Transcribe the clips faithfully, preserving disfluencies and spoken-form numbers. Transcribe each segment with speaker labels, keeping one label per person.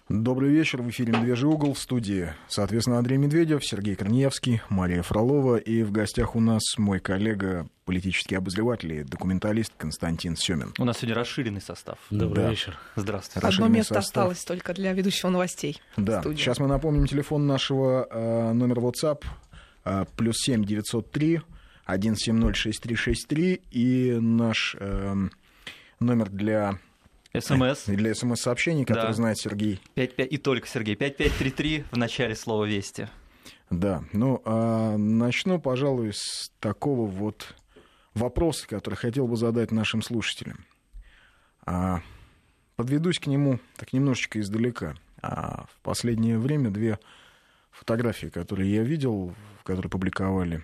Speaker 1: Добрый вечер. В эфире «Медвежий угол», в студии, соответственно, Андрей Медведев, Сергей Корнеевский, Мария Фролова. И в гостях у нас мой коллега, политический обозреватель и документалист Константин Семин.
Speaker 2: У нас сегодня расширенный состав.
Speaker 3: Добрый
Speaker 1: да.
Speaker 3: вечер.
Speaker 2: Здравствуйте.
Speaker 4: Одно место состав. Осталось только для ведущего новостей.
Speaker 1: Да. Сейчас мы напомним телефон нашего э, номера WhatsApp э, плюс семь девятьсот три сто семьдесят шесть три шесть три и наш э, номер для...
Speaker 2: СМС.
Speaker 1: Для СМС-сообщений, которые да. знает Сергей.
Speaker 2: пять пять И только Сергей. пять пять три три в начале слова «Вести».
Speaker 1: Да. Ну, а начну, пожалуй, с такого вот вопроса, который хотел бы задать нашим слушателям. А, подведусь к нему так немножечко издалека. А в последнее время две фотографии, которые я видел, которые публиковали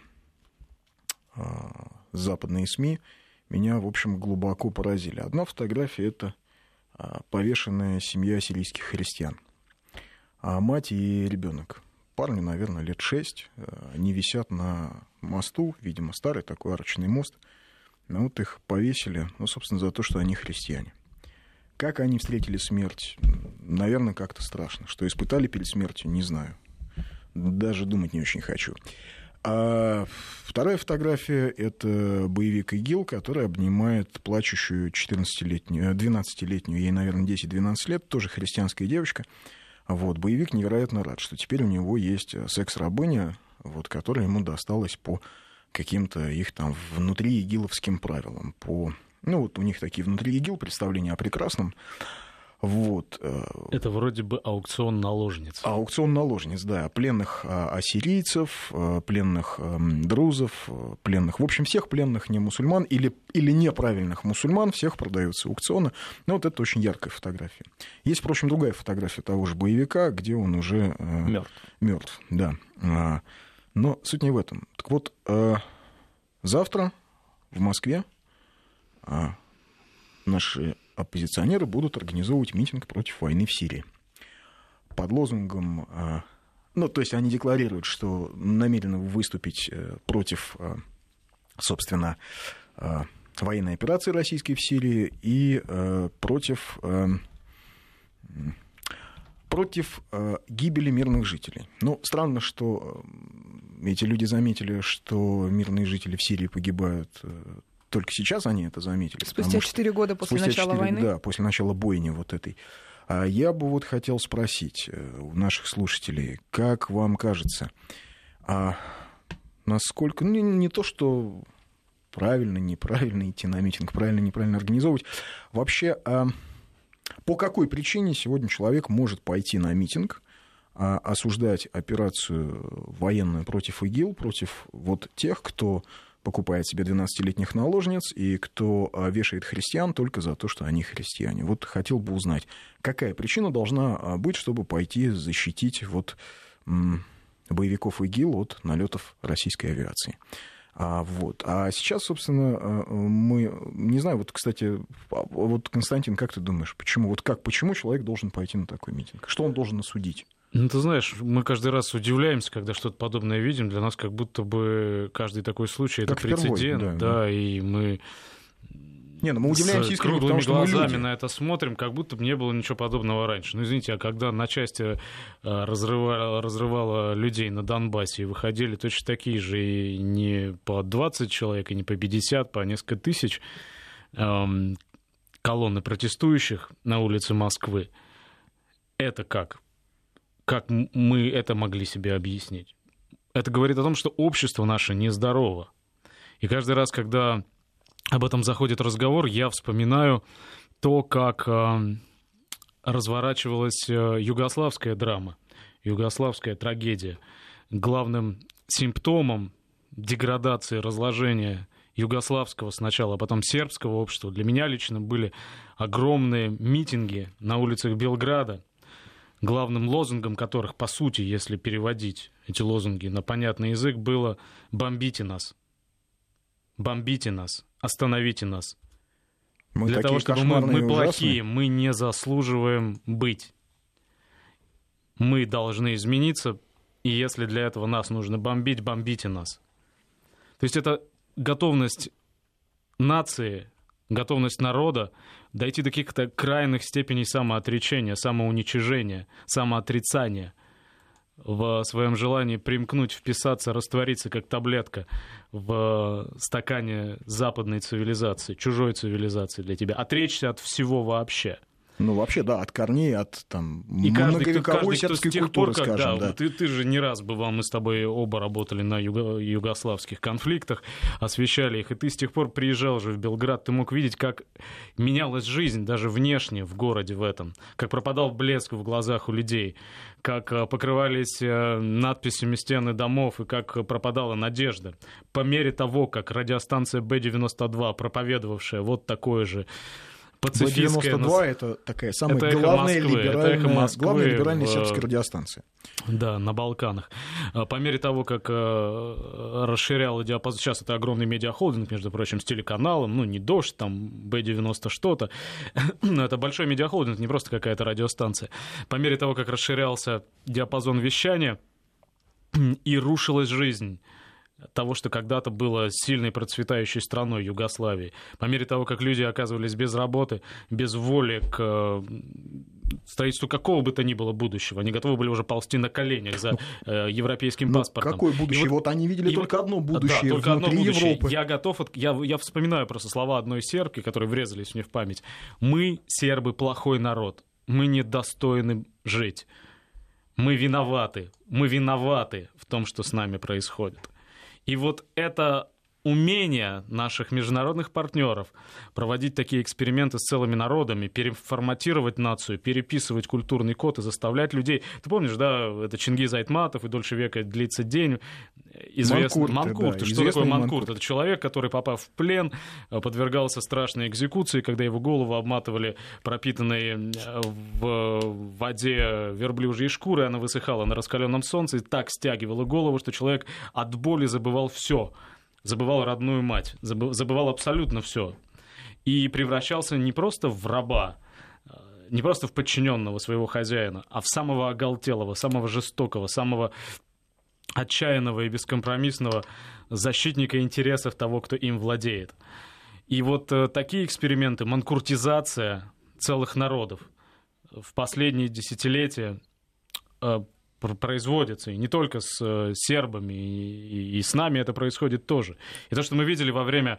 Speaker 1: а, западные СМИ, меня, в общем, глубоко поразили. Одна фотография — это повешенная семья сирийских христиан. А мать и ребенок. Парню, наверное, лет шесть. Они висят на мосту, видимо, старый такой арочный мост. Ну, вот их повесили, ну, собственно, за то, что они христиане. Как они встретили смерть? Наверное, как-то страшно. Что испытали перед смертью, не знаю. Даже думать не очень хочу. А вторая фотография — это боевик ИГИЛ, который обнимает плачущую четырнадцатилетнюю, двенадцатилетнюю, ей, наверное, десять-двенадцать лет, тоже христианская девочка. Вот, боевик невероятно рад, что теперь у него есть секс-рабыня, вот, которая ему досталась по каким-то их там внутри игиловским правилам. По... Ну, вот у них такие внутри ИГИЛ представления о прекрасном. Вот.
Speaker 3: Это вроде бы аукцион наложниц.
Speaker 1: Аукцион наложниц, да. Пленных ассирийцев, пленных друзов, пленных, в общем, всех пленных не мусульман или, или неправильных мусульман, всех продаются аукционы. Ну, вот это очень яркая фотография. Есть, впрочем, другая фотография того же боевика, где он уже мертв. Мертв, да. Но суть не в этом. Так вот, завтра в Москве наши оппозиционеры будут организовывать митинг против войны в Сирии. Под лозунгом... Ну, то есть они декларируют, что намерены выступить против, собственно, военной операции российской в Сирии и против, против гибели мирных жителей. Ну, странно, что эти люди заметили, что мирные жители в Сирии погибают... Только сейчас они это заметили.
Speaker 4: Спустя четыре года после начала войны?
Speaker 1: Да, после начала бойни вот этой. А я бы вот хотел спросить у наших слушателей, как вам кажется, а насколько, ну, не, не то, что правильно, неправильно идти на митинг, правильно, неправильно организовывать, вообще, а по какой причине сегодня человек может пойти на митинг, а осуждать операцию военную против ИГИЛ, против вот тех, кто... покупает себе двенадцатилетних наложниц и кто вешает христиан только за то, что они христиане. Вот хотел бы узнать, какая причина должна быть, чтобы пойти защитить вот боевиков ИГИЛ от налетов российской авиации. А, вот. а сейчас, собственно, мы... Не знаю, вот, кстати, вот, Константин, как ты думаешь, почему, вот как, почему человек должен пойти на такой митинг? Что он должен осудить?
Speaker 3: Ну, ты знаешь, мы каждый раз удивляемся, когда что-то подобное видим. Для нас как будто бы каждый такой случай — это прецедент. Впервые, да, да, да, и мы...
Speaker 1: Не, ну мы удивляемся искренне, потому что мы люди.
Speaker 3: Глазами на это смотрим, как будто бы не было ничего подобного раньше. Ну, извините, а когда на части разрывало, разрывало людей на Донбассе и выходили точно такие же, и не по двадцать человек, и не по пятьдесят, по несколько тысяч эм, колонны протестующих на улице Москвы, это как? Как мы это могли себе объяснить? Это говорит о том, что общество наше нездорово. И каждый раз, когда об этом заходит разговор, я вспоминаю то, как разворачивалась югославская драма, югославская трагедия. Главным симптомом деградации, разложения югославского сначала, а потом сербского общества для меня лично были огромные митинги на улицах Белграда, главным лозунгом которых, по сути, если переводить эти лозунги на понятный язык, было «бомбите нас, бомбите нас, остановите нас».
Speaker 1: Мы
Speaker 3: Для того, чтобы мы, мы плохие, мы не заслуживаем быть. Мы должны измениться, и если для этого нас нужно бомбить, бомбите нас. То есть это готовность нации готовность народа дойти до каких-то крайних степеней самоотречения, самоуничижения, самоотрицания в своем желании примкнуть, вписаться, раствориться, как таблетка в стакане западной цивилизации, чужой цивилизации для тебя, отречься от всего вообще.
Speaker 1: Ну, вообще, да, от корней, от там
Speaker 3: и
Speaker 1: многовековой сербской культуры,
Speaker 3: пор,
Speaker 1: скажем.
Speaker 3: Да,
Speaker 1: да.
Speaker 3: Ты, ты же не раз бывал, мы с тобой оба работали на юго- югославских конфликтах, освещали их, и ты с тех пор приезжал же в Белград, ты мог видеть, как менялась жизнь даже внешне в городе в этом, как пропадал блеск в глазах у людей, как покрывались надписями стены домов и как пропадала надежда. По мере того, как радиостанция Бэ девяносто два, проповедовавшая вот такое же
Speaker 1: Бэ девяносто два — это такая самая
Speaker 3: это
Speaker 1: главная,
Speaker 3: Москвы,
Speaker 1: либеральная,
Speaker 3: Москвы,
Speaker 1: главная либеральная
Speaker 3: в...
Speaker 1: сербская радиостанция.
Speaker 3: Да, на Балканах. По мере того, как э, расширял диапазон... Сейчас это огромный медиахолдинг, между прочим, с телеканалом. Ну, не «Дождь», там, Бэ девяносто что-то. Но это большой медиахолдинг, не просто какая-то радиостанция. По мере того, как расширялся диапазон вещания и рушилась жизнь того, что когда-то было сильной процветающей страной Югославии. По мере того, как люди оказывались без работы, без воли к строительству какого бы то ни было будущего, они готовы были уже ползти на коленях за э, европейским
Speaker 1: ну,
Speaker 3: паспортом.
Speaker 1: Какое будущее? Вот, вот они видели только вот, одно будущее,
Speaker 3: да, только
Speaker 1: внутри
Speaker 3: одно будущее.
Speaker 1: Европы.
Speaker 3: Я готов, я, я вспоминаю просто слова одной сербки, которые врезались мне в память. Мы, сербы, плохой народ. Мы недостойны жить. Мы виноваты. Мы виноваты в том, что с нами происходит. И вот это умение наших международных партнеров проводить такие эксперименты с целыми народами, переформатировать нацию, переписывать культурный код и заставлять людей... Ты помнишь, да, это Чингиз Айтматов, и дольше века длится день. Известный
Speaker 1: Манкурты,
Speaker 3: Манкурты.
Speaker 1: да,
Speaker 3: Что такое Манкурт?
Speaker 1: Манкурт?
Speaker 3: Это человек, который, попав в плен, подвергался страшной экзекуции, когда его голову обматывали пропитанной в воде верблюжьей шкурой, она высыхала на раскаленном солнце и так стягивала голову, что человек от боли забывал все. Забывал родную мать, забывал абсолютно все. И превращался не просто в раба, не просто в подчиненного своего хозяина, а в самого оголтелого, самого жестокого, самого отчаянного и бескомпромиссного защитника интересов того, кто им владеет. И вот такие эксперименты, манкуртизация целых народов в последние десятилетия производится, и не только с сербами, и, и, и с нами это происходит тоже. И то, что мы видели во время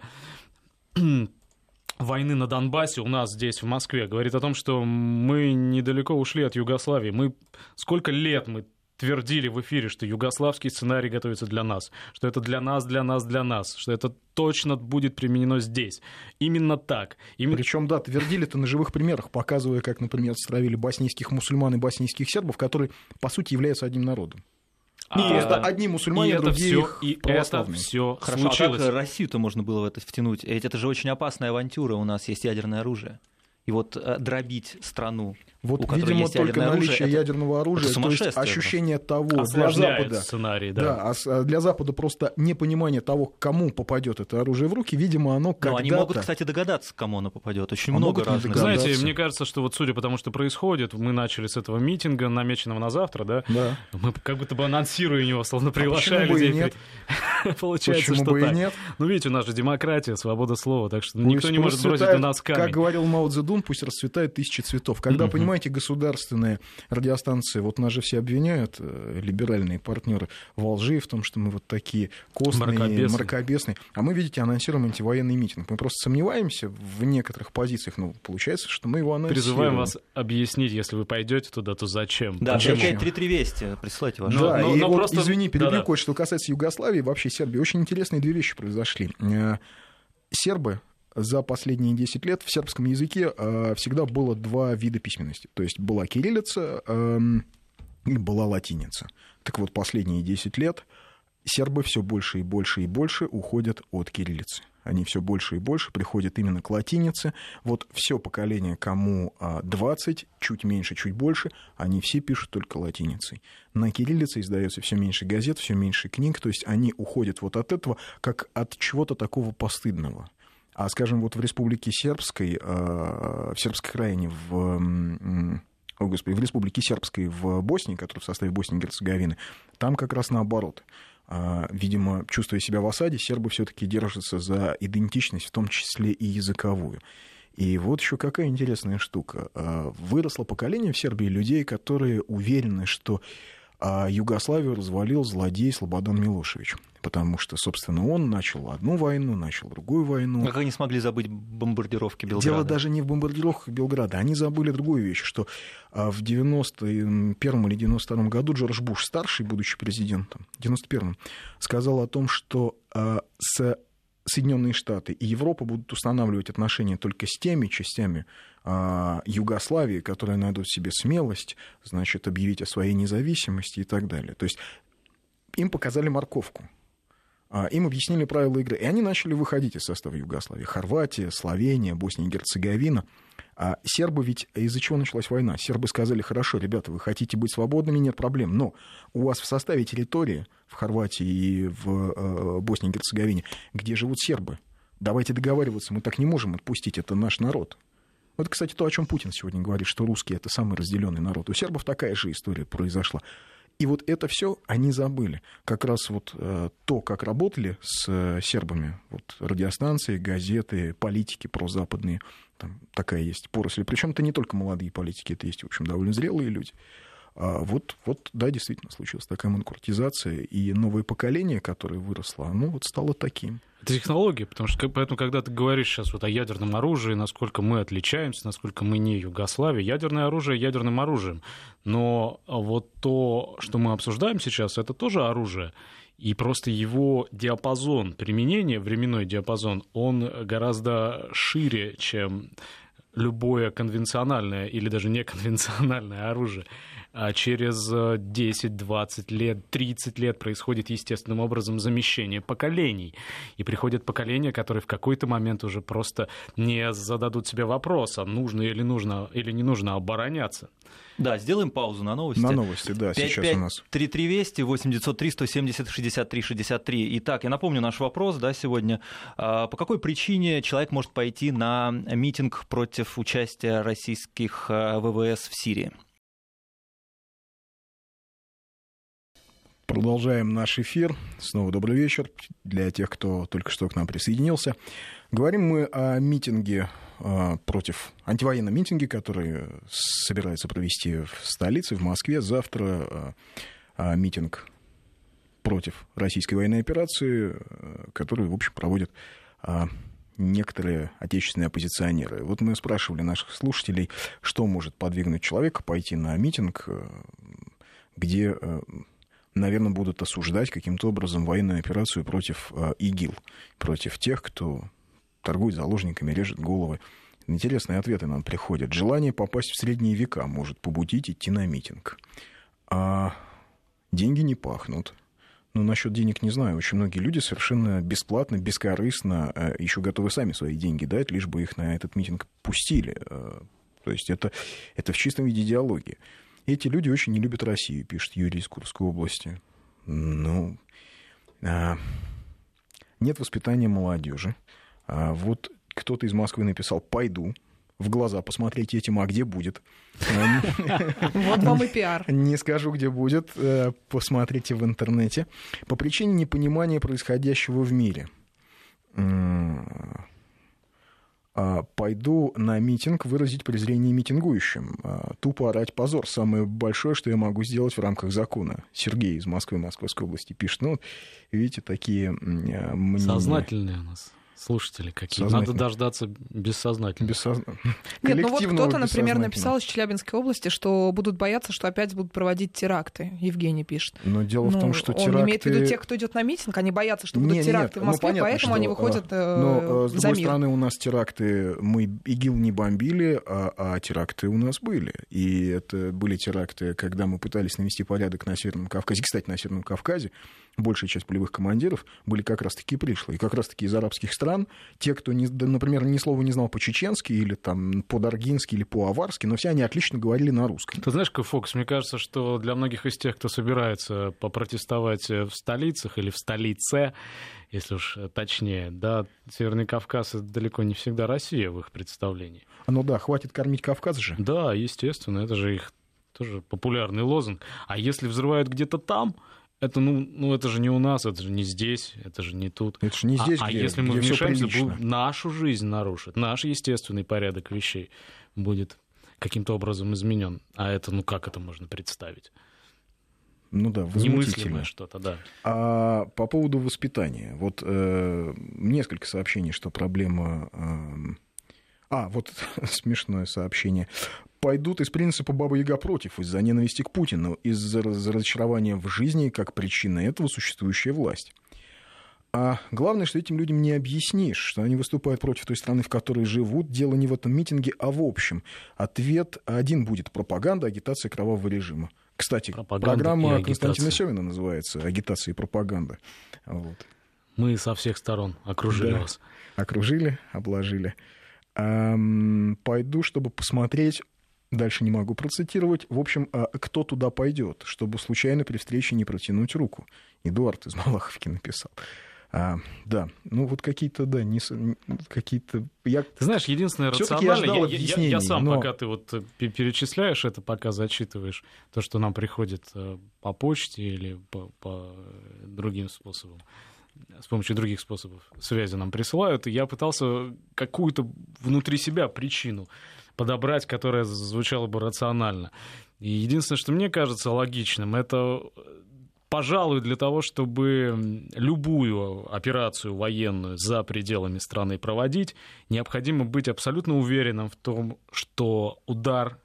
Speaker 3: войны на Донбассе у нас здесь, в Москве, говорит о том, что мы недалеко ушли от Югославии. Мы сколько лет мы твердили в эфире, что югославский сценарий готовится для нас, что это для нас, для нас, для нас, что это точно будет применено здесь. Именно так. Именно...
Speaker 1: Причем, да, твердили-то на живых примерах, показывая, как, например, стравили боснийских мусульман и боснийских сербов, которые, по сути, являются одним народом. Ну, а, просто одни мусульмане, другие
Speaker 3: и православные. Это все
Speaker 2: Хорошо,
Speaker 3: случилось.
Speaker 2: А как Россию-то можно было в это втянуть? Ведь это же очень опасная авантюра, у нас есть ядерное оружие. И вот дробить страну,
Speaker 1: вот,
Speaker 2: у которой
Speaker 1: видимо,
Speaker 2: есть
Speaker 1: только
Speaker 2: ядерное
Speaker 1: наличие
Speaker 2: оружие,
Speaker 1: ядерного оружия,
Speaker 2: это
Speaker 1: то есть ощущение того для Запада,
Speaker 3: сценарий, да.
Speaker 1: Да, а для Запада просто непонимание того, кому попадет это оружие в руки, видимо, оно когда-то...
Speaker 2: Но они могут, кстати, догадаться, кому оно попадет. Очень
Speaker 1: а
Speaker 2: много разных.
Speaker 3: Знаете, мне кажется, что вот судя по тому, что происходит, мы начали с этого митинга, намеченного на завтра, да?
Speaker 1: Да.
Speaker 3: Мы как будто бы анонсируя его, словно приглашая
Speaker 1: а
Speaker 3: людей.
Speaker 1: Нет?
Speaker 3: Получается,
Speaker 1: почему
Speaker 3: что
Speaker 1: бы
Speaker 3: так.
Speaker 1: И нет?
Speaker 3: Ну, видите, у нас же демократия, свобода слова, так что
Speaker 1: пусть,
Speaker 3: никто не может бросить на нас камень.
Speaker 1: Как говорил Мао Цзэдун, пусть расцветает тысячи цветов. Когда, mm-hmm. понимаете, государственные радиостанции, вот нас же все обвиняют, либеральные партнеры, во лжи, в том, что мы вот такие костные,
Speaker 3: мракобесные.
Speaker 1: мракобесные. А мы, видите, анонсируем антивоенный митинг. Мы просто сомневаемся в некоторых позициях. Ну, получается, что мы его анонсируем.
Speaker 3: Призываем вас объяснить, если вы пойдете туда, то зачем?
Speaker 2: Да,
Speaker 3: Почему?
Speaker 2: пять три три Вести, присылайте ваши.
Speaker 1: Да,
Speaker 3: но,
Speaker 1: и
Speaker 3: но
Speaker 1: вот,
Speaker 3: просто...
Speaker 1: извини, перебью
Speaker 3: Да-да.
Speaker 1: кое-что, что касается Югославии, вообще Сербии. Очень интересные две вещи произошли. Сербы за последние десять лет в сербском языке э, всегда было два вида письменности. То есть была кириллица э, и была латиница. Так вот, последние десять лет сербы все больше и больше и больше уходят от кириллицы. Они все больше и больше приходят именно к латинице. Вот все поколение, кому двадцать, чуть меньше, чуть больше, они все пишут только латиницей. На кириллице издается все меньше газет, все меньше книг. То есть они уходят вот от этого, как от чего-то такого постыдного. А, скажем, вот в Республике Сербской, в Сербской краине, в... О, Господи, в Республике Сербской в Боснии, которая в составе Боснии и Герцеговины, там как раз наоборот. видимо, чувствуя себя в осаде, сербы все-таки держатся за идентичность, в том числе и языковую. И вот еще какая интересная штука. Выросло поколение в Сербии людей, которые уверены, что Югославию развалил злодей Слободан Милошевич. Потому что, собственно, он начал одну войну, начал другую войну.
Speaker 2: Как они смогли забыть бомбардировки Белграда?
Speaker 1: Дело даже не в бомбардировках Белграда. Они забыли другую вещь, что в девяносто первом или девяносто втором году Джордж Буш, старший, будучи президентом, в девяносто первом, сказал о том, что с Соединенные Штаты и Европа будут устанавливать отношения только с теми частями Югославии, которые найдут в себе смелость, значит, объявить о своей независимости и так далее. То есть им показали морковку. Им объяснили правила игры, и они начали выходить из состава Югославии. Хорватия, Словения, Босния и Герцеговина. А сербы ведь из-за чего началась война? Сербы сказали: хорошо, ребята, вы хотите быть свободными, нет проблем, но у вас в составе территории в Хорватии и в Боснии и Герцеговине, где живут сербы, давайте договариваться, мы так не можем отпустить, это наш народ. Вот, кстати, то, о чем Путин сегодня говорит, что русские — это самый разделенный народ. У сербов такая же история произошла. И вот это все они забыли. Как раз вот э, то, как работали с э, сербами, вот радиостанции, газеты, политики прозападные, там такая есть поросль. Причем это не только молодые политики, это есть, в общем, довольно зрелые люди. А вот, вот, да, действительно случилась такая манкуртизация, и новое поколение, которое выросло, оно вот стало таким.
Speaker 3: Это технология, потому что поэтому, когда ты говоришь сейчас вот о ядерном оружии, насколько мы отличаемся, насколько мы не Югославия, ядерное оружие ядерным оружием. Но вот то, что мы обсуждаем сейчас, это тоже оружие. И просто его диапазон применения, временной диапазон, он гораздо шире, чем любое конвенциональное или даже неконвенциональное оружие. А через десять, двадцать лет, тридцать лет происходит естественным образом замещение поколений. И приходят поколения, которые в какой-то момент уже просто не зададут себе вопроса, нужно или, нужно, или не нужно обороняться.
Speaker 2: Да, сделаем паузу на новости.
Speaker 1: На новости, да, сейчас у нас.
Speaker 2: пять пять три три Вести, восемь девятьсот три сто семьдесят шестьдесят три шестьдесят три. Итак, я напомню наш вопрос, да, сегодня. По какой причине человек может пойти на митинг против участия российских ВВС в Сирии?
Speaker 1: Продолжаем наш эфир. Снова добрый вечер для тех, кто только что к нам присоединился. Говорим мы о митинге против, антивоенном митинге, который собирается провести в столице, в Москве. Завтра митинг против российской военной операции, который, в общем, проводят некоторые отечественные оппозиционеры. Вот мы спрашивали наших слушателей, что может подвигнуть человека пойти на митинг, где, наверное, будут осуждать каким-то образом военную операцию против ИГИЛ, против тех, кто торгует заложниками, режет головы. Интересные ответы нам приходят. Желание попасть в средние века может побудить идти на митинг. А деньги не пахнут. Ну, насчет денег не знаю. Очень многие люди совершенно бесплатно, бескорыстно еще готовы сами свои деньги дать, лишь бы их на этот митинг пустили. То есть это, это в чистом виде идеология. Эти люди очень не любят Россию, пишет Юрий из Курской области. Ну, а, нет воспитания молодежи. А вот кто-то из Москвы написал: пойду в глаза посмотреть этим, а где будет.
Speaker 4: Вот вам и пиар.
Speaker 1: Не скажу, где будет. Посмотрите в интернете. По причине непонимания происходящего в мире. Пойду на митинг выразить презрение митингующим. Тупо орать позор. Самое большое, что я могу сделать в рамках закона. Сергей из Москвы, Московской области пишет. Ну, видите, такие мнения.
Speaker 3: Сознательные у нас слушатели какие. Надо дождаться бессознательно.
Speaker 1: Бессозна...
Speaker 4: Нет, ну вот кто-то, например, написал из Челябинской области, что будут бояться, что опять будут проводить теракты. Евгений пишет.
Speaker 1: Но дело
Speaker 4: ну,
Speaker 1: в том, что
Speaker 4: он
Speaker 1: теракты...
Speaker 4: Он имеет в виду тех, кто идет на митинг, они боятся, что будут не, теракты нет, в Москве, ну, понятно, поэтому что, они выходят а, но, за
Speaker 1: с другой
Speaker 4: мир.
Speaker 1: стороны, у нас теракты... Мы ИГИЛ не бомбили, а, а теракты у нас были. И это были теракты, когда мы пытались навести порядок на Северном Кавказе. Кстати, на Северном Кавказе большая часть полевых командиров были как раз-таки пришлые. И как раз-таки из арабских стран. Те, кто, не, например, ни слова не знал по-чеченски или там, по-даргински или по-аварски, но все они отлично говорили на русском.
Speaker 3: Ты знаешь, какой фокус? Мне кажется, что для многих из тех, кто собирается попротестовать в столицах или в столице, если уж точнее, да, Северный Кавказ — это далеко не всегда Россия в их представлении.
Speaker 1: Ну да, хватит кормить Кавказ же.
Speaker 3: Да, естественно, это же их тоже популярный лозунг. А если взрывают где-то там, Это, ну, ну, это же не у нас, это же не здесь, это же не тут.
Speaker 1: Это же не здесь,
Speaker 3: а,
Speaker 1: где,
Speaker 3: а если мы
Speaker 1: где
Speaker 3: вмешаемся, будет, нашу жизнь нарушит, наш естественный порядок вещей будет каким-то образом изменен. А это, ну как это можно представить?
Speaker 1: Ну да,
Speaker 3: немыслимое что-то, да.
Speaker 1: А по поводу воспитания. Вот э, несколько сообщений, что проблема... Э, а, вот смешное сообщение. Пойдут из принципа Баба-Яга против, из-за ненависти к Путину, из-за разочарования в жизни, как причина этого существующая власть. А главное, что этим людям не объяснишь, что они выступают против той страны, в которой живут. Дело не в этом митинге, а в общем. Ответ один будет: пропаганда, агитация кровавого режима. Кстати, пропаганда программа Константина Семина называется «Агитация и пропаганда». Вот.
Speaker 3: Мы со всех сторон окружили
Speaker 1: да.
Speaker 3: вас.
Speaker 1: Окружили, обложили. А, пойду, чтобы посмотреть... Дальше не могу процитировать. В общем, кто туда пойдет, чтобы случайно при встрече не протянуть руку? Эдуард из Малаховки написал. А, да, ну вот какие-то, да, не, какие-то... Я...
Speaker 3: Ты знаешь, единственное рациональное... Я, я, я, я сам, но... пока ты вот перечисляешь это, пока зачитываешь то, что нам приходит по почте или по, по другим способам, с помощью других способов связи нам присылают, и я пытался какую-то внутри себя причину подобрать, которая звучала бы рационально. И единственное, что мне кажется логичным, это, пожалуй, для того, чтобы любую операцию военную за пределами страны проводить, необходимо быть абсолютно уверенным в том, что удар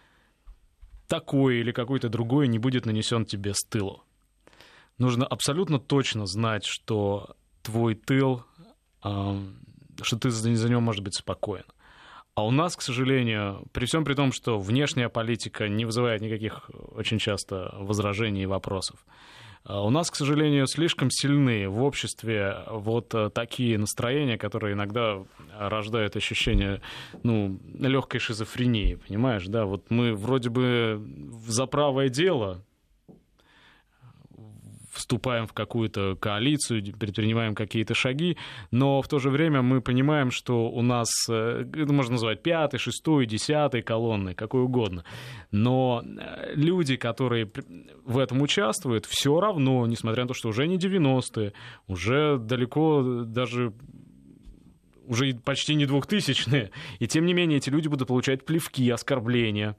Speaker 3: такой или какой-то другой не будет нанесен тебе с тылу. Нужно абсолютно точно знать, что твой тыл, что ты за него можешь быть спокоен. А у нас, к сожалению, при всем при том, что внешняя политика не вызывает никаких очень часто возражений и вопросов, у нас, к сожалению, слишком сильны в обществе вот такие настроения, которые иногда рождают ощущение, ну, легкой шизофрении, понимаешь, да? Вот мы вроде бы за правое дело вступаем в какую-то коалицию, предпринимаем какие-то шаги, но в то же время мы понимаем, что у нас, это можно назвать пятой, шестой, десятой колонной, какой угодно, но люди, которые в этом участвуют, все равно, несмотря на то, что уже не девяностые, уже далеко даже... уже почти не двухтысячные, и тем не менее эти люди будут получать плевки, оскорбления,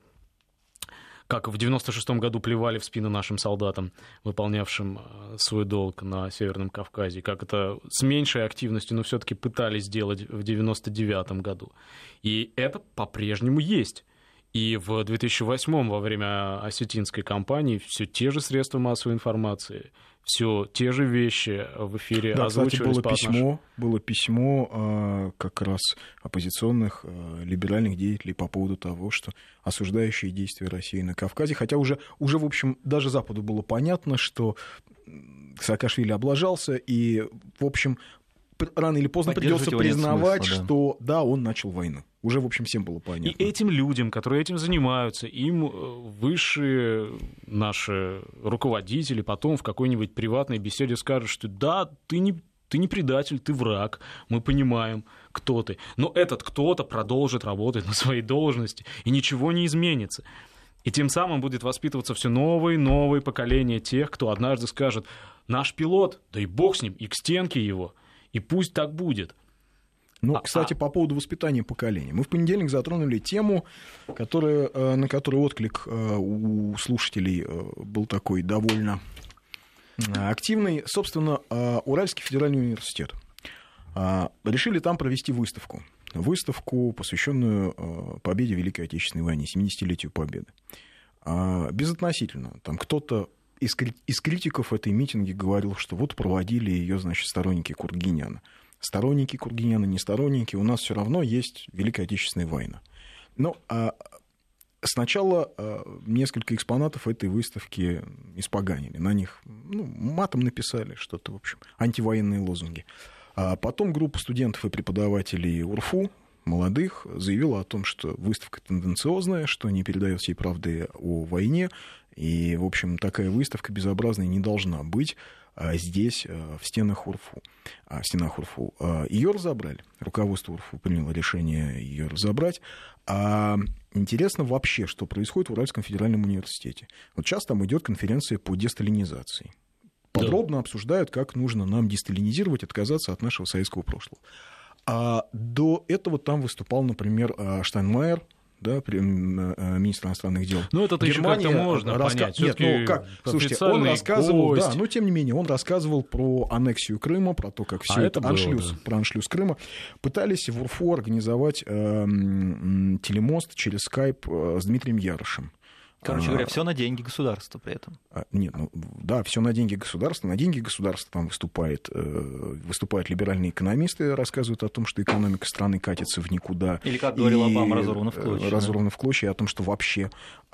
Speaker 3: как в девяносто шестом году плевали в спину нашим солдатам, выполнявшим свой долг на Северном Кавказе, как это с меньшей активностью, но все-таки пытались сделать в девяносто девятом году. И это по-прежнему есть. И в две тысячи восьмом, во время осетинской кампании, все те же средства массовой информации, все те же вещи в эфире
Speaker 1: да,
Speaker 3: озвучивались.
Speaker 1: Кстати, было письмо, было письмо э, как раз оппозиционных э, либеральных деятелей по поводу того, что осуждающие действия России на Кавказе, хотя уже, уже, в общем, даже Западу было понятно, что Саакашвили облажался, и, в общем, рано или поздно придется признавать, смысла, да. что да, он начал войну. Уже, в общем, всем было понятно.
Speaker 3: И этим людям, которые этим занимаются, им высшие наши руководители потом в какой-нибудь приватной беседе скажут, что да, ты не, ты не предатель, ты враг, мы понимаем, кто ты. Но этот кто-то продолжит работать на своей должности, и ничего не изменится. И тем самым будет воспитываться все новое и новое поколение тех, кто однажды скажет, наш пилот, да и бог с ним, и к стенке его, и пусть так будет.
Speaker 1: Ну,
Speaker 3: а,
Speaker 1: кстати,
Speaker 3: а...
Speaker 1: по поводу воспитания поколения. Мы в понедельник затронули тему, которая, на которую отклик у слушателей был такой довольно активный. Собственно, Уральский федеральный университет. Решили там провести выставку. Выставку, посвященную победе в Великой Отечественной войне, семидесятилетию Победы. Безотносительно. Там кто-то из, из критиков этой митинги говорил, что вот проводили ее, значит, сторонники Кургиняна. Сторонники Кургиняна, не сторонники, у нас все равно есть Великая Отечественная война. Но а, сначала а, несколько экспонатов этой выставки испоганили. На них ну, матом написали что-то, в общем, антивоенные лозунги. А потом группа студентов и преподавателей УрФУ, молодых, заявила о том, что выставка тенденциозная, что не передает всей правды о войне. И, в общем, такая выставка безобразная не должна быть здесь, в стенах УрФУ. В стенах УрФУ. Ее разобрали. Руководство УрФУ приняло решение ее разобрать. А интересно вообще, что происходит в Уральском федеральном университете. Вот сейчас там идет конференция по десталинизации. подробно да. обсуждают, как нужно нам десталинизировать, отказаться от нашего советского прошлого. А до этого там выступал, например, Штайнмайер, да, министр иностранных дел.
Speaker 3: Ну, это еще как-то можно раска... понять.
Speaker 1: Нет, ну как, слушайте, он рассказывал, гость. да, но тем не менее, он рассказывал про аннексию Крыма, про то, как все а это, это аншлюз, да. про аншлюз Крыма. Пытались в УРФУ организовать э, телемост через скайп с Дмитрием Ярошем.
Speaker 2: Короче говоря, все на деньги государства при этом.
Speaker 1: Нет, ну да, все на деньги государства. На деньги государства там выступает, выступают либеральные экономисты, рассказывают о том, что экономика страны катится в никуда.
Speaker 2: Или, как говорил Обама, разорвана в клочья.
Speaker 1: Разорвана в клочья, о том, что вообще.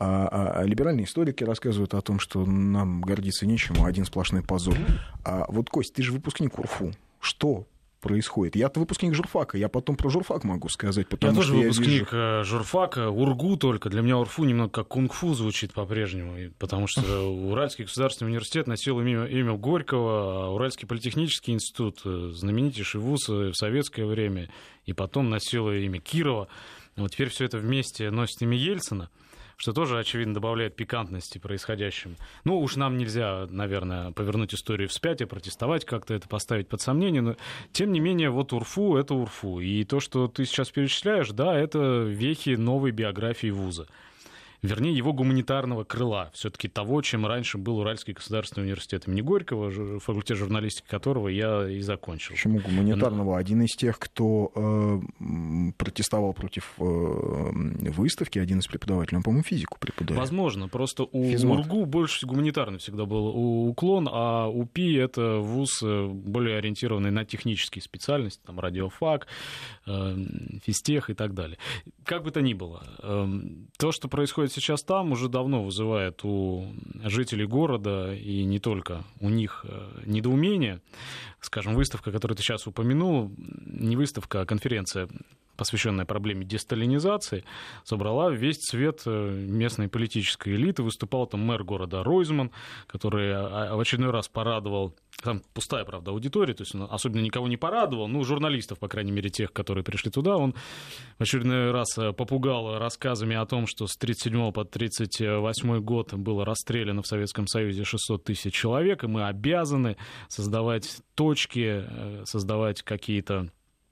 Speaker 1: А, а либеральные историки рассказывают о том, что нам гордиться нечем, а один сплошной позор. А вот, Кость, ты же выпускник УРФУ. Что происходит? Я-то выпускник журфака, я потом про журфак могу сказать, потому
Speaker 3: я
Speaker 1: что
Speaker 3: тоже
Speaker 1: я
Speaker 3: выпускник
Speaker 1: вижу...
Speaker 3: журфака, УрГУ только. Для меня УРФУ немного как кунг-фу звучит по-прежнему, потому что Уральский государственный университет носил имя, имя Горького, а Уральский политехнический институт, знаменитейший вуз в советское время, и потом носил имя Кирова. Вот теперь все это вместе носит имя Ельцина, что тоже, очевидно, добавляет пикантности происходящему. Ну, уж нам нельзя, наверное, повернуть историю вспять и протестовать, как-то это поставить под сомнение, но, тем не менее, вот УРФУ — это УРФУ. И то, что ты сейчас перечисляешь, да, это вехи новой биографии вуза. Вернее, его гуманитарного крыла, все-таки того, чем раньше был Уральский государственный университет имени Горького, факультет журналистики которого я и закончил.
Speaker 1: Почему гуманитарного? Один из тех, кто э, протестовал против э, выставки, один из преподавателей, он, по-моему, физику преподавал.
Speaker 3: Возможно, просто у УрГУ больше гуманитарный всегда был уклон, а УПИ — это вуз более ориентированный на технические специальности, там радиофак, э, физтех и так далее. Как бы то ни было, э, то, что происходит сейчас там, уже давно вызывает у жителей города и не только у них недоумение. Скажем, выставка, которую ты сейчас упомянул, не выставка, а конференция, посвященная проблеме десталинизации, собрала весь цвет местной политической элиты. Выступал там мэр города Ройзман, который в очередной раз порадовал. Там пустая, правда, аудитория, то есть он особенно никого не порадовал, ну, журналистов, по крайней мере, тех, которые пришли туда. Он в очередной раз попугал рассказами о том, что с тридцать седьмого по тридцать восьмой год было расстреляно в Советском Союзе шестьсот тысяч человек, и мы обязаны создавать точки, создавать какие-то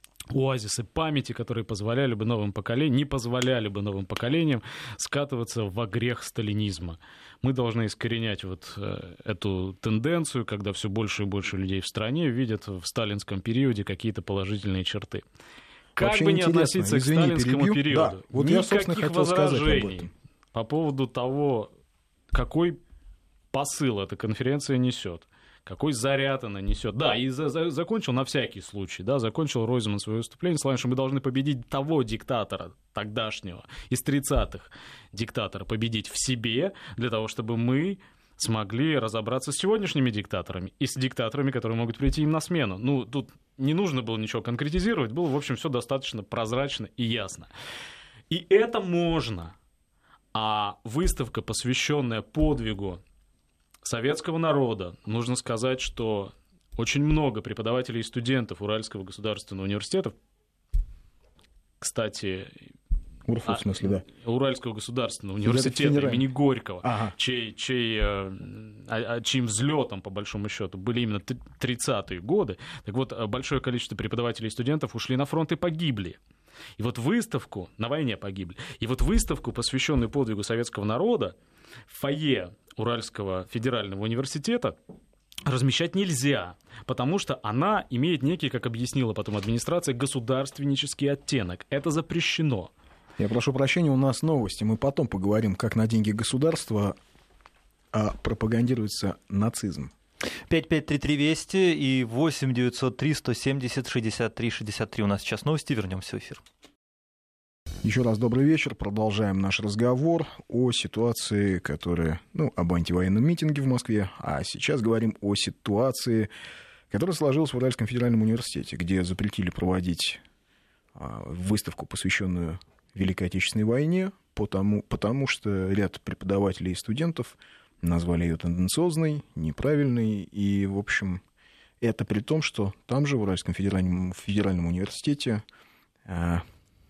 Speaker 3: оазисы памяти, которые позволяли бы новым поколениям, не позволяли бы новым поколениям скатываться во грех сталинизма. Мы должны искоренять вот эту тенденцию, когда все больше и больше людей в стране видят в сталинском периоде какие-то положительные черты. Как
Speaker 1: Вообще
Speaker 3: бы ни относиться
Speaker 1: Извини,
Speaker 3: к сталинскому
Speaker 1: перебью.
Speaker 3: периоду,
Speaker 1: Да, вот я, собственно,
Speaker 3: никаких
Speaker 1: хотел сказать об
Speaker 3: возражений
Speaker 1: этом.
Speaker 3: По поводу того, какой посыл эта конференция несет. Какой заряд она несет. Да, и за, за, закончил на всякий случай, да, закончил Ройзман свое выступление словами, что мы должны победить того диктатора тогдашнего, из тридцатых диктатора, победить в себе, для того, чтобы мы смогли разобраться с сегодняшними диктаторами и с диктаторами, которые могут прийти им на смену. Ну, тут не нужно было ничего конкретизировать, было, в общем, все достаточно прозрачно и ясно. И это можно. А выставка, посвященная подвигу советского народа, нужно сказать, что очень много преподавателей и студентов Уральского государственного университета, кстати,
Speaker 1: УРФУ, в смысле, да.
Speaker 3: Уральского государственного университета имени Горького, ага. чей, чей, а, чьим взлетом, по большому счету, были именно тридцатые годы. Так вот, большое количество преподавателей и студентов ушли на фронт и погибли. И вот выставку, на войне погибли, и вот выставку, посвященную подвигу советского народа, в фойе Уральского федерального университета размещать нельзя, потому что она имеет некий, как объяснила потом администрация, государственнический оттенок. Это запрещено.
Speaker 1: Я прошу прощения, у нас новости. Мы потом поговорим, как на деньги государства а, пропагандируется нацизм.
Speaker 2: пять пять три три Вести и восемь девятьсот три сто семьдесят шестьдесят три шестьдесят три. У нас сейчас новости, вернемся в эфир.
Speaker 1: Еще раз добрый вечер. Продолжаем наш разговор о ситуации, которая, ну, об антивоенном митинге в Москве. А сейчас говорим о ситуации, которая сложилась в Уральском федеральном университете, где запретили проводить а, выставку, посвященную Великой Отечественной войне, потому, потому что ряд преподавателей и студентов назвали ее тенденциозной, неправильной. И, в общем, это при том, что там же, в Уральском федеральном, федеральном университете, а,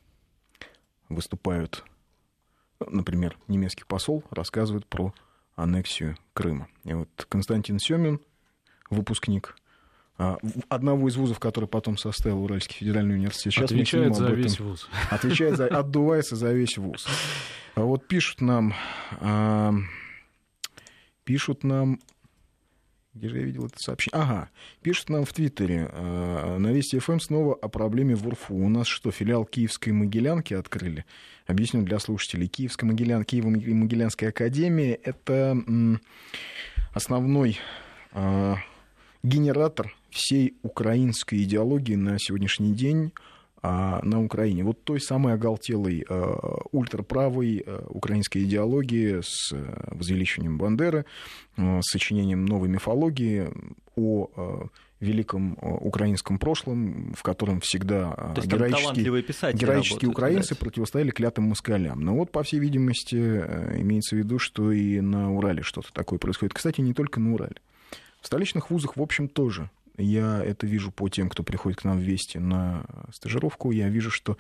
Speaker 1: выступают, например, немецкий посол рассказывает про аннексию Крыма. И вот Константин Семин, выпускник одного из вузов, который потом составил Уральский федеральный университет. Сейчас
Speaker 3: отвечает за весь вуз.
Speaker 1: Отвечает за, отдувается за весь вуз. А вот пишут нам, а, пишут нам, где же я видел это сообщение? Ага, пишут нам в Твиттере, а, на Вести ФМ снова о проблеме в УРФУ. У нас что, филиал Киевской Могилянки открыли? Объясню для слушателей. Киевская Могилян, Киево-Могилянская академия — это м, основной а, генератор всей украинской идеологии на сегодняшний день а, на Украине. Вот той самой оголтелой а, ультраправой а, украинской идеологии с а, возвеличиванием Бандеры, а, с сочинением новой мифологии о а, великом а, украинском прошлом, в котором всегда а, героические, героические украинцы сказать. противостояли клятым москалям. Но вот, по всей видимости, а, имеется в виду, что и на Урале что-то такое происходит. Кстати, не только на Урале. В столичных вузах, в общем, тоже. Я это вижу по тем, кто приходит к нам в Вести на стажировку. Я вижу, что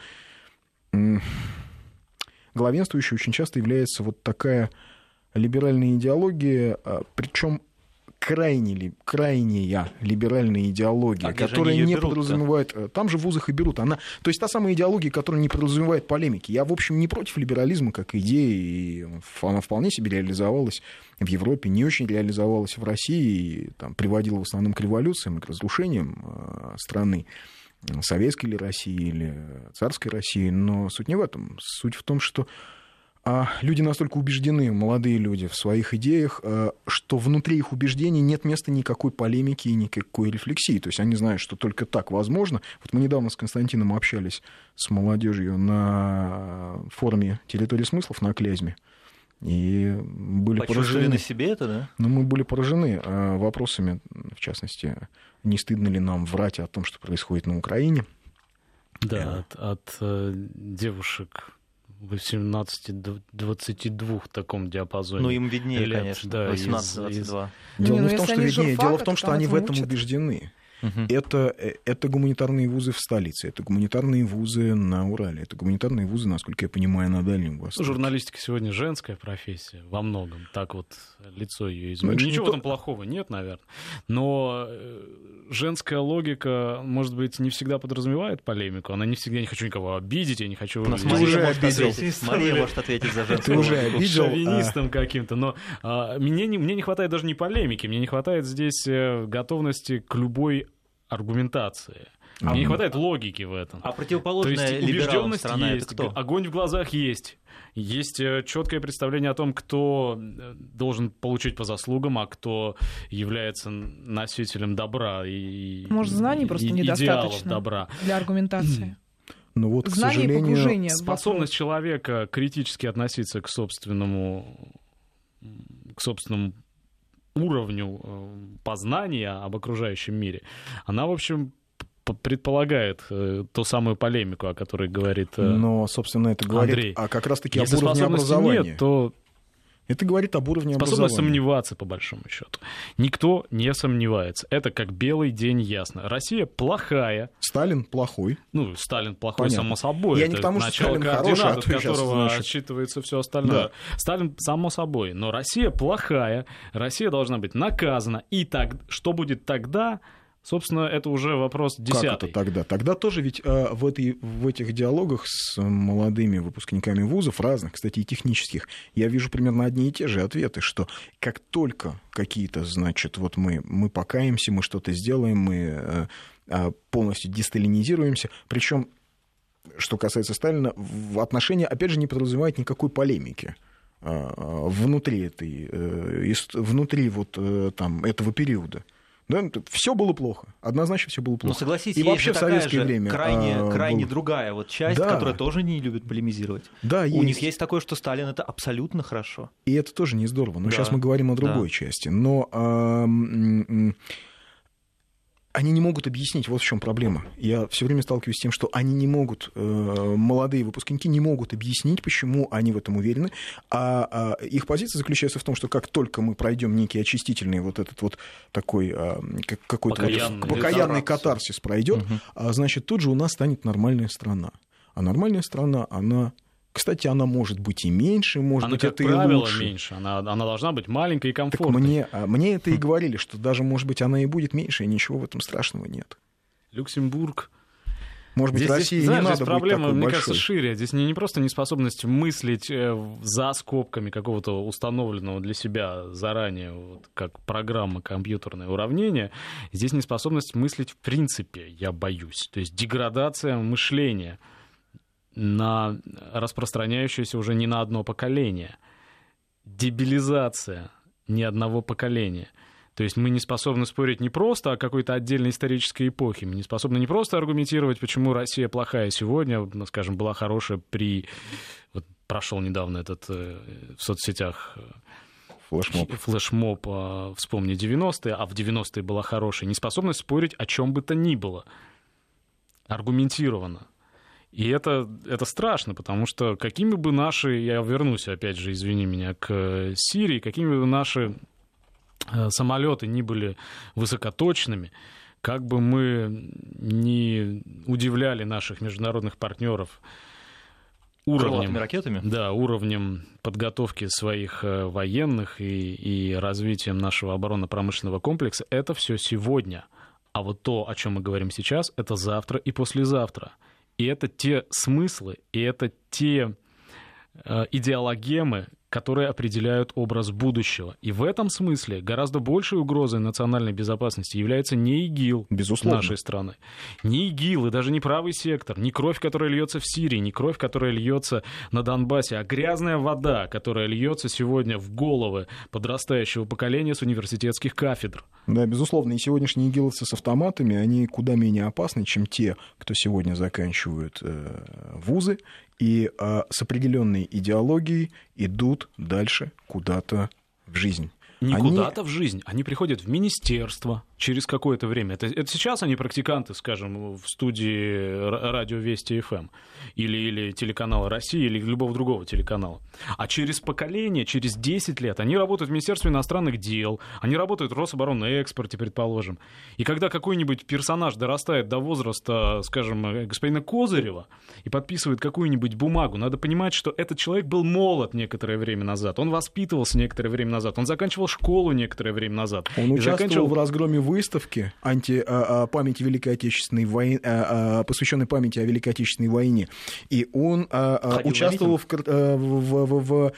Speaker 1: главенствующей очень часто является вот такая либеральная идеология, причем крайне, крайняя либеральная идеология,
Speaker 2: а
Speaker 1: которая не подразумевает... Там же в вузах и берут. Она... То есть та самая идеология, которая не подразумевает полемики. Я, в общем, не против либерализма как идеи, и она вполне себе реализовалась в Европе, не очень реализовалась в России, и, там, приводила в основном к революциям и к разрушениям страны, советской ли России или царской России. Но суть не в этом. Суть в том, что А люди настолько убеждены, молодые люди, в своих идеях, что внутри их убеждений нет места никакой полемики и никакой рефлексии. То есть они знают, что только так возможно. Вот мы недавно с Константином общались с молодежью на форуме «Территория смыслов» на Клязьме. И были поражены
Speaker 2: на себе это, да?
Speaker 1: Ну, мы были поражены вопросами, в частности, не стыдно ли нам врать о том, что происходит на Украине.
Speaker 3: Да, от, от э, девушек восемнадцати двадцати двух в таком диапазоне.
Speaker 2: Ну, им виднее,
Speaker 3: лет,
Speaker 2: конечно,
Speaker 3: да,
Speaker 2: восемнадцать двадцать два.
Speaker 1: Дело
Speaker 4: не,
Speaker 1: не в том, что виднее, дело в том, что они в этом
Speaker 4: учат.
Speaker 1: убеждены.
Speaker 2: Угу.
Speaker 1: Это, это гуманитарные вузы в столице, это гуманитарные вузы на Урале, это гуманитарные вузы, насколько я понимаю, на Дальнем Востоке.
Speaker 3: Журналистика сегодня женская профессия во многом, так вот лицо ее изменило. Ничего в этом плохого нет, наверное, но женская логика, может быть, не всегда подразумевает полемику, она не всегда, я не хочу никого обидеть, я не хочу...
Speaker 2: Ты уже обидел. Мария может ответить за женскую
Speaker 1: логику. Ты уже обидел.
Speaker 3: Шовинистом каким-то, но а, мне, не, мне не хватает даже не полемики, мне не хватает здесь готовности к любой аргументации.
Speaker 1: А,
Speaker 3: Мне не хватает логики в этом.
Speaker 2: А противоположная
Speaker 3: То есть
Speaker 2: либералам
Speaker 3: убежденность
Speaker 2: страна
Speaker 3: есть,
Speaker 2: это кто?
Speaker 3: огонь в глазах есть. Есть четкое представление о том, кто должен получить по заслугам, а кто является носителем добра и
Speaker 4: может, знаний просто
Speaker 3: и,
Speaker 4: недостаточно
Speaker 3: добра.
Speaker 4: Для аргументации.
Speaker 1: Ну вот, к
Speaker 4: Знание
Speaker 1: сожалению,
Speaker 4: и погружение.
Speaker 3: Способность человека критически относиться к собственному, к собственному уровню познания об окружающем мире, она, в общем, предполагает э, ту самую полемику, о которой говорит э,
Speaker 1: Но, собственно, это говорит
Speaker 3: Андрей.
Speaker 1: а как раз-таки
Speaker 3: Если
Speaker 1: об уровне образования.
Speaker 3: нет, то
Speaker 1: это говорит об уровне
Speaker 3: способность
Speaker 1: образования.
Speaker 3: сомневаться, по большому счету. Никто не сомневается. Это как белый день ясно. Россия плохая.
Speaker 1: Сталин плохой.
Speaker 3: Ну, Сталин плохой,
Speaker 1: Понятно.
Speaker 3: само собой.
Speaker 1: Я
Speaker 3: это
Speaker 1: не к тому, что
Speaker 3: начало
Speaker 1: Сталин хороший,
Speaker 3: координат,
Speaker 1: а
Speaker 3: от
Speaker 1: ты сейчас,
Speaker 3: которого
Speaker 1: значит...
Speaker 3: отсчитывается все остальное.
Speaker 1: Да.
Speaker 3: Сталин, само собой. Но Россия плохая. Россия должна быть наказана. И так, что будет тогда... Собственно, это уже вопрос десятый.
Speaker 1: Как это тогда? Тогда тоже ведь э, в, этой, в этих диалогах с молодыми выпускниками вузов, разных, кстати, и технических, я вижу примерно одни и те же ответы, что как только какие-то, значит, вот мы, мы покаемся, мы что-то сделаем, мы э, полностью десталинизируемся, причем, что касается Сталина, в отношении, опять же, не подразумевает никакой полемики э, внутри, этой, э, внутри вот, э, там, этого периода. Да, все было плохо. Однозначно все было плохо.
Speaker 2: Но согласитесь,
Speaker 1: и
Speaker 2: есть
Speaker 1: вообще
Speaker 2: же
Speaker 1: в советское
Speaker 2: такая же
Speaker 1: время
Speaker 2: крайне,
Speaker 1: а,
Speaker 2: крайне
Speaker 1: был...
Speaker 2: другая вот часть,
Speaker 1: да.
Speaker 2: которая тоже не любит полемизировать.
Speaker 1: Да,
Speaker 2: У
Speaker 1: есть.
Speaker 2: них есть такое, что Сталин это абсолютно хорошо.
Speaker 1: И это тоже не здорово. Но
Speaker 2: да.
Speaker 1: сейчас мы говорим о другой да. части. Но а, м- м- они не могут объяснить, вот в чем проблема. Я все время сталкиваюсь с тем, что они не могут, э, молодые выпускники не могут объяснить, почему они в этом уверены, а, а их позиция заключается в том, что как только мы пройдем некий очистительный вот этот вот такой а, какой-то
Speaker 3: покаянный,
Speaker 1: вот, покаянный катарсис пройдет, угу. а, значит, тут же у нас станет нормальная страна. А нормальная страна, она Кстати, она может быть и меньше, может
Speaker 3: она,
Speaker 1: быть,
Speaker 3: как
Speaker 1: это
Speaker 3: правило,
Speaker 1: и лучше.
Speaker 3: меньше. Она, она должна быть маленькой и комфортной.
Speaker 1: Так мне, мне это и говорили, что даже, может быть, она и будет меньше, и ничего в этом страшного нет.
Speaker 3: Люксембург.
Speaker 1: Может быть,
Speaker 3: здесь,
Speaker 1: России
Speaker 3: здесь, знаешь,
Speaker 1: не надо
Speaker 3: здесь проблема,
Speaker 1: быть
Speaker 3: мне
Speaker 1: такой
Speaker 3: кажется,
Speaker 1: большой.
Speaker 3: шире. Здесь не, не просто неспособность мыслить за скобками какого-то установленного для себя заранее, вот, как программа, компьютерное уравнение. Здесь неспособность мыслить в принципе, я боюсь. То есть деградация мышления, на распространяющуюся уже не на одно поколение. Дебилизация ни одного поколения. То есть мы не способны спорить не просто о какой-то отдельной исторической эпохе, мы не способны не просто аргументировать, почему Россия плохая сегодня, скажем, была хорошая при... Вот прошел недавно этот в соцсетях
Speaker 1: флешмоб,
Speaker 3: флешмоб «Вспомни девяностые», а в девяностые была хорошая. Неспособность спорить о чем бы то ни было. Аргументированно. И это, это страшно, потому что какими бы наши... Я вернусь, опять же, извини меня, к Сирии, какими бы наши... самолеты не были высокоточными, как бы мы не удивляли наших международных партнеров уровнем,
Speaker 2: ракетами?
Speaker 3: Да, уровнем подготовки своих военных и, и развитием нашего оборонно-промышленного комплекса, это все сегодня. А вот то, о чем мы говорим сейчас, это завтра и послезавтра. И это те смыслы, и это те э, идеологемы, которые определяют образ будущего. И в этом смысле гораздо большей угрозой национальной безопасности является не ИГИЛ
Speaker 1: Безусловно.
Speaker 3: нашей страны. Не ИГИЛ и даже не правый сектор, не кровь, которая льется в Сирии, не кровь, которая льется на Донбассе, а грязная вода, которая льется сегодня в головы подрастающего поколения с университетских кафедр.
Speaker 1: Да, безусловно. И сегодняшние игиловцы с автоматами, они куда менее опасны, чем те, кто сегодня заканчивают э, вузы и э, с определенной идеологией идут дальше куда-то в жизнь.
Speaker 3: Не
Speaker 1: они...
Speaker 3: куда-то в жизнь, они приходят в министерство через какое-то время. Это, это сейчас они практиканты, скажем, в студии радио Вести эф эм или, или телеканала России, или любого другого телеканала. А через поколение, через десять лет они работают в Министерстве иностранных дел, они работают в Рособоронэкспорте, предположим. И когда какой-нибудь персонаж дорастает до возраста, скажем, господина Козырева и подписывает какую-нибудь бумагу, надо понимать, что этот человек был молод некоторое время назад, он воспитывался некоторое время назад, он заканчивал школу некоторое время назад.
Speaker 1: Он участвовал
Speaker 3: заканчивал...
Speaker 1: в разгроме выставки анти, а, а, памяти Великой Отечественной войны, а, а, посвященной памяти о Великой Отечественной войне. И он а, а, участвовал в, в, в, в,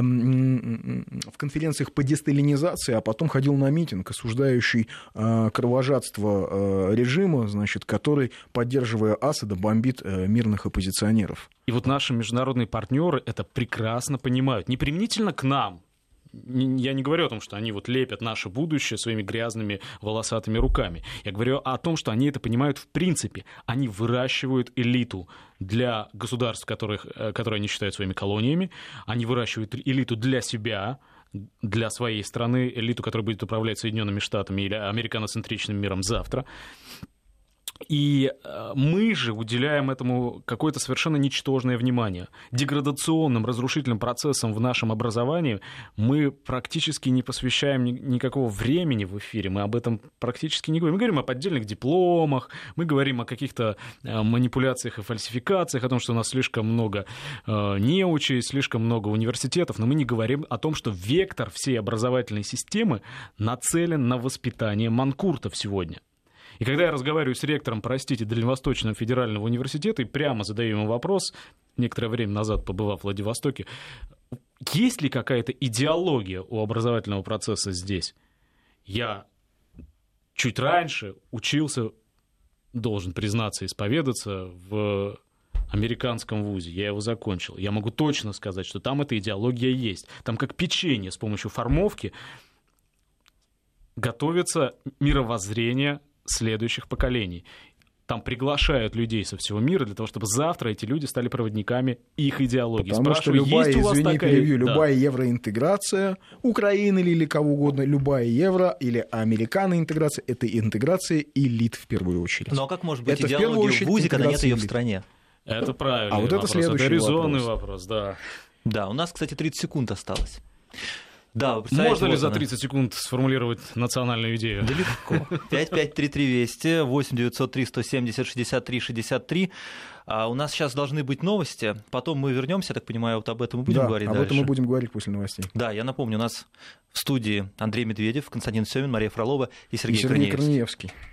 Speaker 1: в конференциях по десталинизации, а потом ходил на митинг, осуждающий а, кровожадство а, режима, значит, который, поддерживая Асада, бомбит а, мирных оппозиционеров.
Speaker 3: И вот наши международные партнеры это прекрасно понимают. Не применительно к нам. Я не говорю о том, что они вот лепят наше будущее своими грязными волосатыми руками. Я говорю о том, что они это понимают в принципе. Они выращивают элиту для государств, которых, которые они считают своими колониями. Они выращивают элиту для себя, для своей страны, элиту, которая будет управлять Соединенными Штатами или американоцентричным миром завтра. И мы же уделяем этому какое-то совершенно ничтожное внимание. Деградационным, разрушительным процессам в нашем образовании мы практически не посвящаем никакого времени в эфире, мы об этом практически не говорим. Мы говорим о поддельных дипломах, мы говорим о каких-то манипуляциях и фальсификациях, о том, что у нас слишком много неучей, слишком много университетов, но мы не говорим о том, что вектор всей образовательной системы нацелен на воспитание манкуртов сегодня. И когда я разговариваю с ректором, простите, Дальневосточного федерального университета и прямо задаю ему вопрос, некоторое время назад побывав в Владивостоке, есть ли какая-то идеология у образовательного процесса здесь? Я чуть раньше учился, должен признаться, исповедаться в американском вузе, я его закончил. Я могу точно сказать, что там эта идеология есть. Там как печенье с помощью формовки готовится мировоззрение следующих поколений. Там приглашают людей со всего мира для того, чтобы завтра эти люди стали проводниками их идеологии.
Speaker 1: Потому что любая, извини, такая... перебью, да. любая евроинтеграция Украины или кого угодно, любая евро или американоинтеграция — это интеграция элит в первую очередь.
Speaker 2: Ну а как может быть это идеология в вузе, когда нет ее в стране?
Speaker 3: Это правильно.
Speaker 1: А вот это
Speaker 3: вопрос.
Speaker 1: следующий
Speaker 3: это резонный
Speaker 1: вопрос.
Speaker 3: вопрос, да.
Speaker 2: Да, у нас, кстати, тридцать секунд осталось. Да,
Speaker 3: можно ли
Speaker 2: вот
Speaker 3: за
Speaker 2: она.
Speaker 3: тридцать секунд сформулировать национальную идею?
Speaker 2: Да легко. пять пять три три двести, восемь девятьсот три сто семьдесят шестьдесят три шестьдесят три. А у нас сейчас должны быть новости, потом мы вернемся, так понимаю, вот об этом мы будем
Speaker 1: да,
Speaker 2: говорить
Speaker 1: об
Speaker 2: дальше.
Speaker 1: этом мы будем говорить после новостей.
Speaker 2: Да, я напомню, у нас в студии Андрей Медведев, Константин Семин, Мария Фролова и Сергей,
Speaker 1: и Сергей
Speaker 2: Корнеевский.
Speaker 1: Корнеевский.